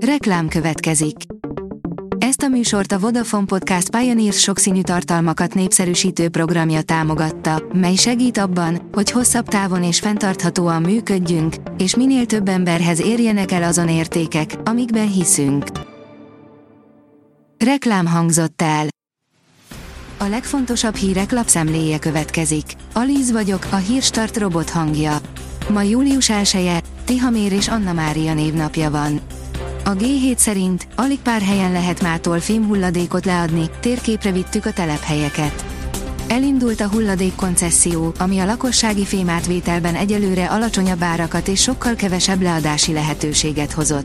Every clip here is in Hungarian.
Reklám következik. Ezt a műsort a Vodafone Podcast Pioneers sokszínű tartalmakat népszerűsítő programja támogatta, mely segít abban, hogy hosszabb távon és fenntarthatóan működjünk, és minél több emberhez érjenek el azon értékek, amikben hiszünk. Reklám hangzott el. A legfontosabb hírek lapszemléje következik. Alíz vagyok, a Hírstart robot hangja. Ma július 1-e, Tihamér és Anna Mária névnapja van. A G7 szerint alig pár helyen lehet mától fémhulladékot leadni, térképre vittük a telephelyeket. Elindult a hulladékkoncesszió, ami a lakossági fémátvételben egyelőre alacsonyabb árakat és sokkal kevesebb leadási lehetőséget hozott.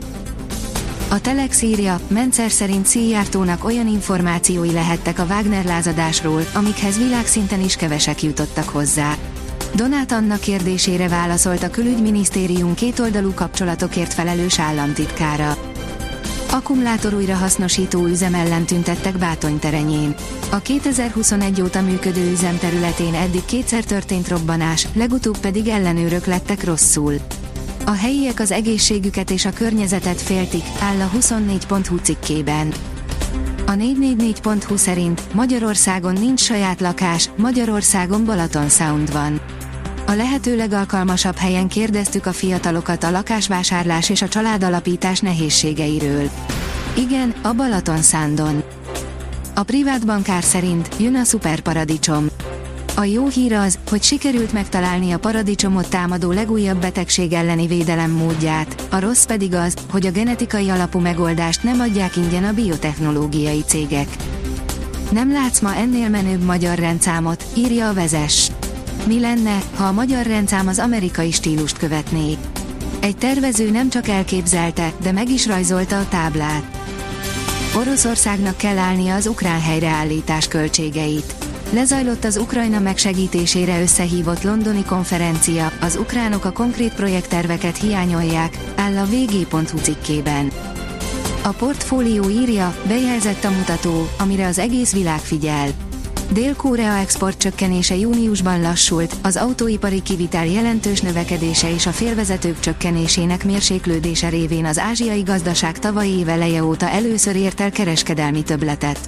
A Telex írja, Mencer szerint Szijjártónak olyan információi lehettek a Wagner lázadásról, amikhez világszinten is kevesek jutottak hozzá. Donát Anna kérdésére válaszolt a Külügyminisztérium kétoldalú kapcsolatokért felelős államtitkára. Akkumulátor újrahasznosító üzem ellen tüntettek Bátony-terenyén. A 2021 óta működő üzem területén eddig kétszer történt robbanás, legutóbb pedig ellenőrök lettek rosszul. A helyiek az egészségüket és a környezetet féltik, áll a 24.hu cikkében. A 444.hu szerint Magyarországon nincs saját lakás, Magyarországon Balaton Sound van. A lehető legalkalmasabb helyen kérdeztük a fiatalokat a lakásvásárlás és a családalapítás nehézségeiről. Igen, a Balaton Soundon. A privát bankár szerint jön a szuperparadicsom. A jó hír az, hogy sikerült megtalálni a paradicsomot támadó legújabb betegség elleni védelem módját, a rossz pedig az, hogy a genetikai alapú megoldást nem adják ingyen a biotechnológiai cégek. Nem látsz ma ennél menőbb magyar rendszámot, írja a Vezess. Mi lenne, ha a magyar rendszám az amerikai stílust követné? Egy tervező nem csak elképzelte, de meg is rajzolta a táblát. Oroszországnak kell állnia az ukrán helyreállítás költségeit. Lezajlott az Ukrajna megsegítésére összehívott londoni konferencia, az ukránok a konkrét projektterveket hiányolják, áll a vg.hu cikkében. A portfólió írja, bejelzett a mutató, amire az egész világ figyel. Dél-Korea export csökkenése júniusban lassult, az autóipari kivitel jelentős növekedése és a félvezetők csökkenésének mérséklődése révén az ázsiai gazdaság tavalyi év eleje óta először ért el kereskedelmi többletet.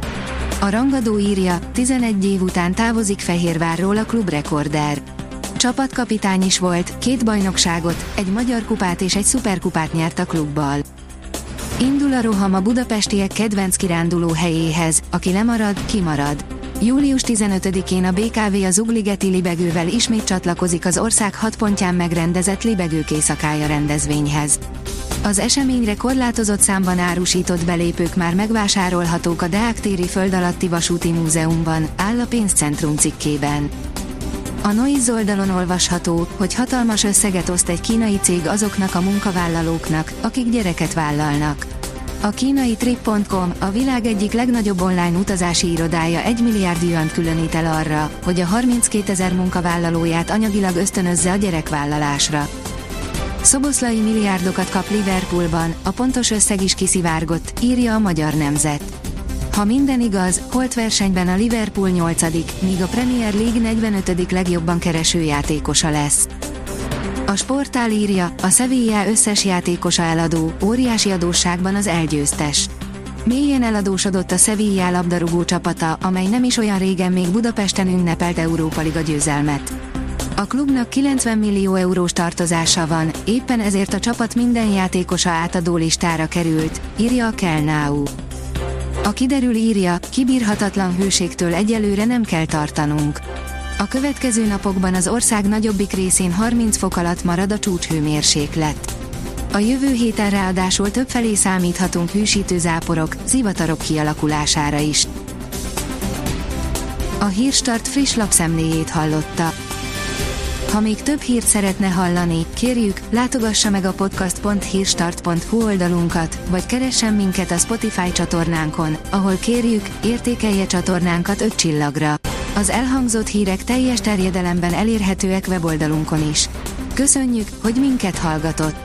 A rangadó írja, 11 év után távozik Fehérvárról a klubrekorder. Csapatkapitány is volt, 2 bajnokságot, egy magyar kupát és egy szuperkupát nyert a klubbal. Indul a roham a budapestiek kedvenc kiránduló helyéhez, aki lemarad, kimarad. Július 15-én a BKV az Ugligeti libegővel ismét csatlakozik az ország 6 pontján megrendezett libegők éjszakája rendezvényhez. Az eseményre korlátozott számban árusított belépők már megvásárolhatók a Deák téri földalatti vasúti múzeumban, áll a pénzcentrum cikkében. A Noiz oldalon olvasható, hogy hatalmas összeget oszt egy kínai cég azoknak a munkavállalóknak, akik gyereket vállalnak. A kínai Trip.com, a világ egyik legnagyobb online utazási irodája 1 milliárd yuant különít el arra, hogy a 32 000 munkavállalóját anyagilag ösztönözze a gyerekvállalásra. Szoboszlai milliárdokat kap Liverpoolban, a pontos összeg is kiszivárgott, írja a Magyar Nemzet. Ha minden igaz, holt versenyben a Liverpool 8., míg a Premier League 45. legjobban kereső játékosa lesz. A Sportál írja, a Sevilla összes játékosa eladó, óriási adósságban az elgyőztes. Mélyen eladósodott a Sevilla labdarúgó csapata, amely nem is olyan régen még Budapesten ünnepelt Európa Liga győzelmet. A klubnak 90 millió eurós tartozása van, éppen ezért a csapat minden játékosa átadó listára került, írja a Kell Now. A Kiderül írja, kibírhatatlan hőségtől egyelőre nem kell tartanunk. A következő napokban az ország nagyobbik részén 30 fok alatt marad a csúcshőmérséklet. A jövő héten ráadásul többfelé számíthatunk hűsítő záporok, zivatarok kialakulására is. A Hírstart friss lapszemléjét hallotta. Ha még több hírt szeretne hallani, kérjük, látogassa meg a podcast.hírstart.hu oldalunkat, vagy keressen minket a Spotify csatornánkon, ahol kérjük, értékelje csatornánkat 5 csillagra. Az elhangzott hírek teljes terjedelemben elérhetőek weboldalunkon is. Köszönjük, hogy minket hallgatott!